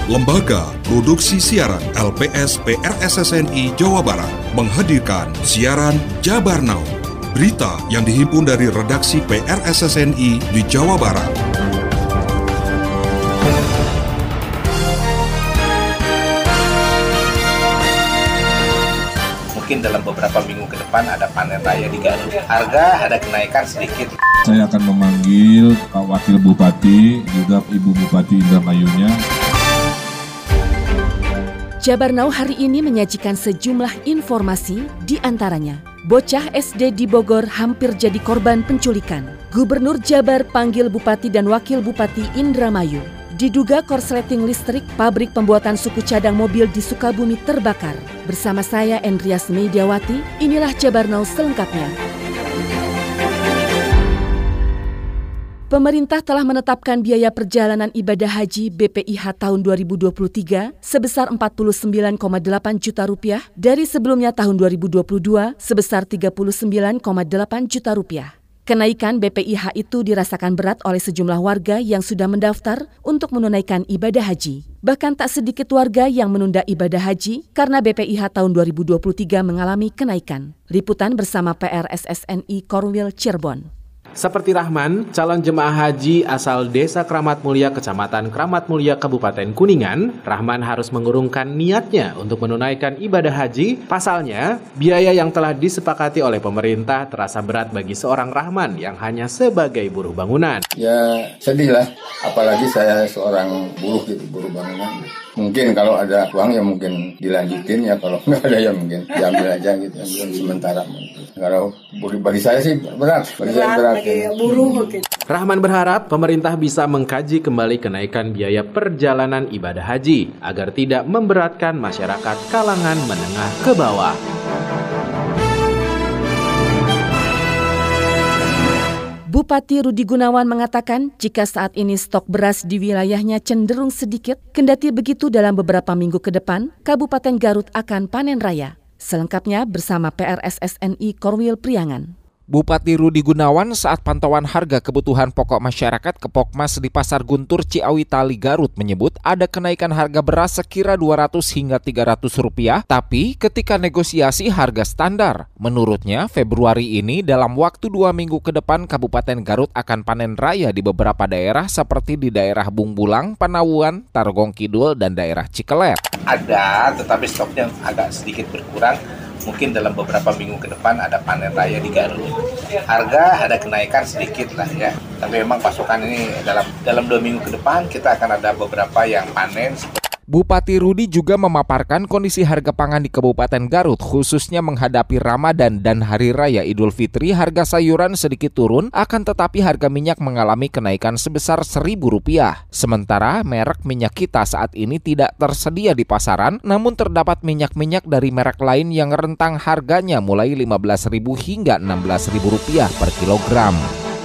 Lembaga Produksi Siaran LPS PRSSNI Jawa Barat menghadirkan siaran Jabar Now, berita yang dihimpun dari redaksi PRSSNI di Jawa Barat. Mungkin dalam beberapa minggu ke depan ada panen raya di Garut. Harga ada kenaikan sedikit. Saya akan memanggil Pak Wakil Bupati, juga Ibu Bupati Indramayunya. Jabar Now hari ini menyajikan sejumlah informasi, di antaranya bocah SD di Bogor hampir jadi korban penculikan. Gubernur Jabar panggil Bupati dan Wakil Bupati Indramayu. Diduga korsleting listrik, pabrik pembuatan suku cadang mobil di Sukabumi terbakar. Bersama saya Endrias Mediawati, inilah Jabar Now selengkapnya. Pemerintah telah menetapkan biaya perjalanan ibadah haji BPIH tahun 2023 sebesar Rp49,8 juta dari sebelumnya tahun 2022 sebesar Rp39,8 juta. Kenaikan BPIH itu dirasakan berat oleh sejumlah warga yang sudah mendaftar untuk menunaikan ibadah haji. Bahkan tak sedikit warga yang menunda ibadah haji karena BPIH tahun 2023 mengalami kenaikan. Liputan bersama PRSSNI Korwil Cirebon. Seperti Rahman, calon jemaah haji asal Desa Kramat Mulia, Kecamatan Kramat Mulia, Kabupaten Kuningan, Rahman harus mengurungkan niatnya untuk menunaikan ibadah haji. Pasalnya, biaya yang telah disepakati oleh pemerintah terasa berat bagi seorang Rahman yang hanya sebagai buruh bangunan. Ya sedih lah, apalagi saya seorang buruh bangunan. Mungkin kalau ada uang ya mungkin dilanjutin, ya kalau nggak ada ya mungkin diambil aja gitu, ambil sementara. Kalau bagi saya sih berat bagi buruh. Rahman berharap pemerintah bisa mengkaji kembali kenaikan biaya perjalanan ibadah haji agar tidak memberatkan masyarakat kalangan menengah ke bawah. Bupati Rudi Gunawan mengatakan jika saat ini stok beras di wilayahnya cenderung sedikit, kendati begitu dalam beberapa minggu ke depan, Kabupaten Garut akan panen raya. Selengkapnya bersama PRSSNI Korwil Priangan. Bupati Rudi Gunawan saat pantauan harga kebutuhan pokok masyarakat Kepokmas di Pasar Guntur Ciawi Tali Garut menyebut ada kenaikan harga beras sekira Rp200 hingga Rp300, tapi ketika negosiasi harga standar. Menurutnya, Februari ini dalam waktu 2 minggu ke depan Kabupaten Garut akan panen raya di beberapa daerah seperti di daerah Bungbulang, Panawuan, Tarogong Kidul, dan daerah Cikelet. Ada, tetapi stoknya agak sedikit berkurang. Mungkin dalam beberapa minggu ke depan ada panen raya di Garut. Harga ada kenaikan sedikit lah ya. Tapi memang pasokan ini dalam 2 minggu ke depan kita akan ada beberapa yang panen. Bupati Rudi juga memaparkan kondisi harga pangan di Kabupaten Garut, khususnya menghadapi Ramadan dan Hari Raya Idul Fitri. Harga sayuran sedikit turun, akan tetapi harga minyak mengalami kenaikan sebesar Rp1.000. Sementara merek minyak kita saat ini tidak tersedia di pasaran, namun terdapat minyak-minyak dari merek lain yang rentang harganya mulai Rp15.000 hingga Rp16.000 per kilogram.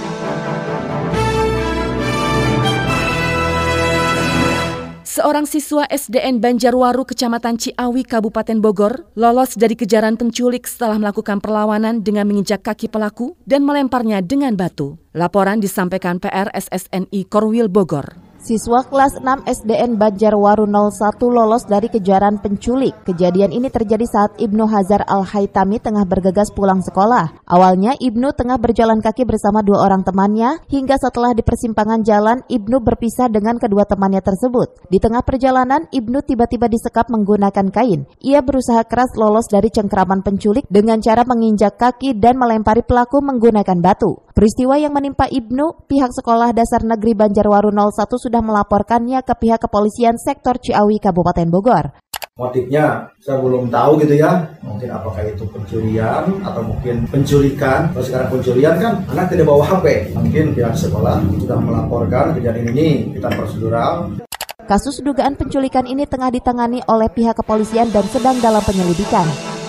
Seorang siswa SDN Banjarwaru, Kecamatan Ciawi, Kabupaten Bogor, lolos dari kejaran penculik setelah melakukan perlawanan dengan menginjak kaki pelaku dan melemparnya dengan batu. Laporan disampaikan PRSSNI Korwil Bogor. Siswa kelas 6 SDN Banjarwaru 01 lolos dari kejaran penculik. Kejadian ini terjadi saat Ibnu Hazar Al-Haitami tengah bergegas pulang sekolah. Awalnya Ibnu tengah berjalan kaki bersama 2 orang temannya, hingga setelah di persimpangan jalan, Ibnu berpisah dengan kedua temannya tersebut. Di tengah perjalanan, Ibnu tiba-tiba disekap menggunakan kain. Ia berusaha keras lolos dari cengkeraman penculik dengan cara menginjak kaki dan melempari pelaku menggunakan batu. Peristiwa yang menimpa Ibnu, pihak Sekolah Dasar Negeri Banjarwaru 01 sudah melaporkannya ke pihak kepolisian sektor Ciawi, Kabupaten Bogor. Motifnya saya belum tahu gitu ya, mungkin apakah itu pencurian atau mungkin penculikan. Kalau sekarang pencurian kan anak tidak bawa HP, mungkin pihak sekolah sudah melaporkan kejadian ini, kita prosedural. Kasus dugaan penculikan ini tengah ditangani oleh pihak kepolisian dan sedang dalam penyelidikan.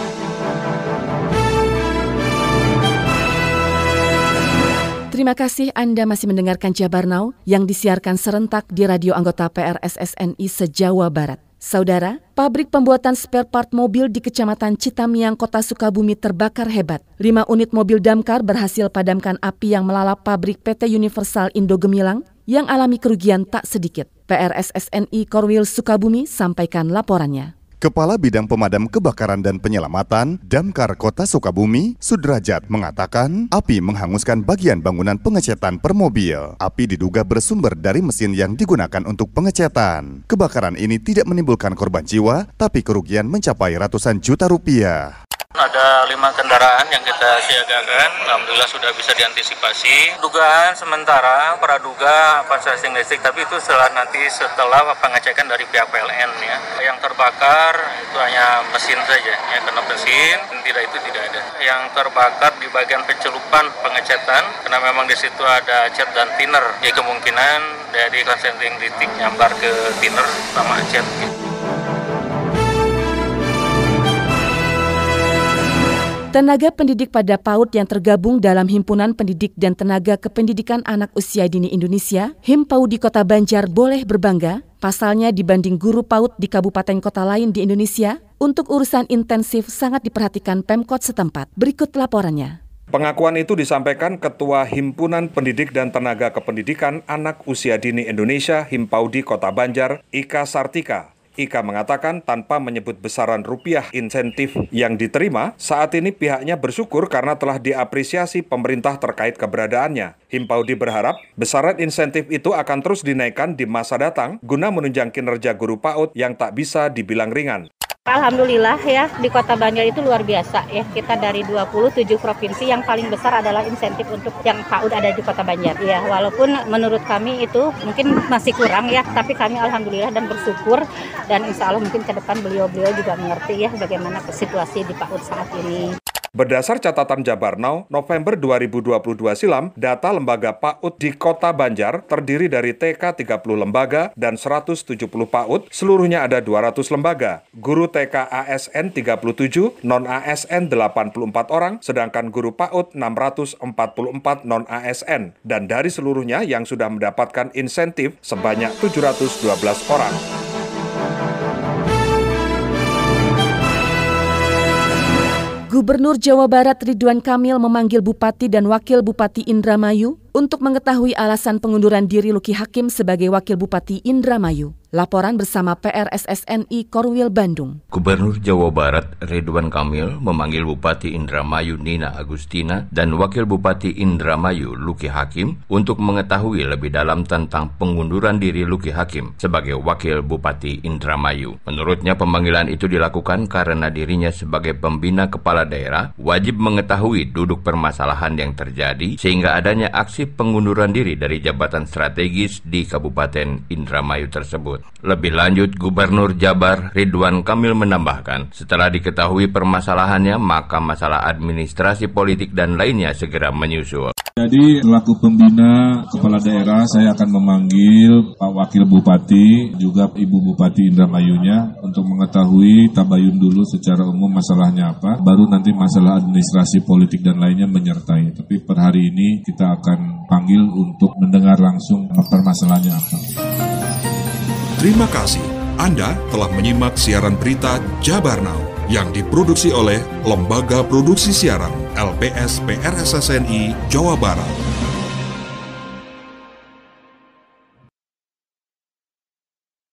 Terima kasih Anda masih mendengarkan Jabar Now yang disiarkan serentak di radio anggota PRSSNI se-Jawa Barat. Saudara, pabrik pembuatan spare part mobil di Kecamatan Citamiang, Kota Sukabumi terbakar hebat. 5 unit mobil damkar berhasil padamkan api yang melalap pabrik PT Universal Indo Gemilang yang alami kerugian tak sedikit. PRSSNI Korwil Sukabumi sampaikan laporannya. Kepala Bidang Pemadam Kebakaran dan Penyelamatan Damkar Kota Sukabumi, Sudrajat, mengatakan api menghanguskan bagian bangunan pengecetan per mobil. Api diduga bersumber dari mesin yang digunakan untuk pengecetan. Kebakaran ini tidak menimbulkan korban jiwa, tapi kerugian mencapai ratusan juta rupiah. Ada 5 kendaraan yang kita siagakan, alhamdulillah sudah bisa diantisipasi. Dugaan sementara praduga konsleting listrik, tapi itu setelah pengecekan dari pihak PLN ya. Yang terbakar itu hanya mesin saja, ya, karena mesin itu tidak ada. Yang terbakar di bagian pencelupan pengecetan, karena memang di situ ada cat dan thinner. Ya kemungkinan dari konsleting listrik nyambar ke thinner sama cat. Tenaga pendidik pada PAUD yang tergabung dalam Himpunan Pendidik dan Tenaga Kependidikan Anak Usia Dini Indonesia, HIMPAUD di Kota Banjar boleh berbangga, pasalnya dibanding guru PAUD di kabupaten kota lain di Indonesia, untuk urusan intensif sangat diperhatikan Pemkot setempat. Berikut laporannya. Pengakuan itu disampaikan Ketua Himpunan Pendidik dan Tenaga Kependidikan Anak Usia Dini Indonesia, HIMPAUD di Kota Banjar, Ika Sartika. Ika mengatakan tanpa menyebut besaran rupiah insentif yang diterima, saat ini pihaknya bersyukur karena telah diapresiasi pemerintah terkait keberadaannya. HIMPAUD berharap besaran insentif itu akan terus dinaikkan di masa datang guna menunjang kinerja guru PAUD yang tak bisa dibilang ringan. Alhamdulillah ya, di Kota Banjar itu luar biasa ya. Kita dari 27 provinsi yang paling besar adalah insentif untuk yang PAUD ada di Kota Banjar. Ya, walaupun menurut kami itu mungkin masih kurang ya, tapi kami alhamdulillah dan bersyukur, dan insya Allah mungkin ke depan beliau-beliau juga mengerti ya bagaimana situasi di PAUD saat ini. Berdasar catatan Jabar Now, November 2022 silam, data lembaga PAUD di Kota Banjar terdiri dari TK 30 lembaga dan 170 PAUD, seluruhnya ada 200 lembaga. Guru TK ASN 37, non-ASN 84 orang, sedangkan guru PAUD 644 non-ASN. Dan dari seluruhnya yang sudah mendapatkan insentif sebanyak 712 orang. Gubernur Jawa Barat Ridwan Kamil memanggil Bupati dan Wakil Bupati Indramayu untuk mengetahui alasan pengunduran diri Luki Hakim sebagai Wakil Bupati Indramayu. Laporan bersama PRSSNI Korwil Bandung. Gubernur Jawa Barat Ridwan Kamil memanggil Bupati Indramayu Nina Agustina dan Wakil Bupati Indramayu Luki Hakim untuk mengetahui lebih dalam tentang pengunduran diri Luki Hakim sebagai Wakil Bupati Indramayu. Menurutnya pemanggilan itu dilakukan karena dirinya sebagai pembina kepala daerah wajib mengetahui duduk permasalahan yang terjadi sehingga adanya aksi pengunduran diri dari jabatan strategis di Kabupaten Indramayu tersebut. Lebih lanjut, Gubernur Jabar Ridwan Kamil menambahkan, setelah diketahui permasalahannya, maka masalah administrasi politik dan lainnya segera menyusul. Jadi, selaku pembina kepala daerah, saya akan memanggil Pak Wakil Bupati, juga Ibu Bupati Indramayunya, untuk mengetahui tabayun dulu secara umum masalahnya apa, baru nanti masalah administrasi politik dan lainnya menyertai. Tapi per hari ini kita akan panggil untuk mendengar langsung permasalahannya apa. Terima kasih. Anda telah menyimak siaran berita Jabar Now yang diproduksi oleh Lembaga Produksi Siaran LPS PRSSNI Jawa Barat.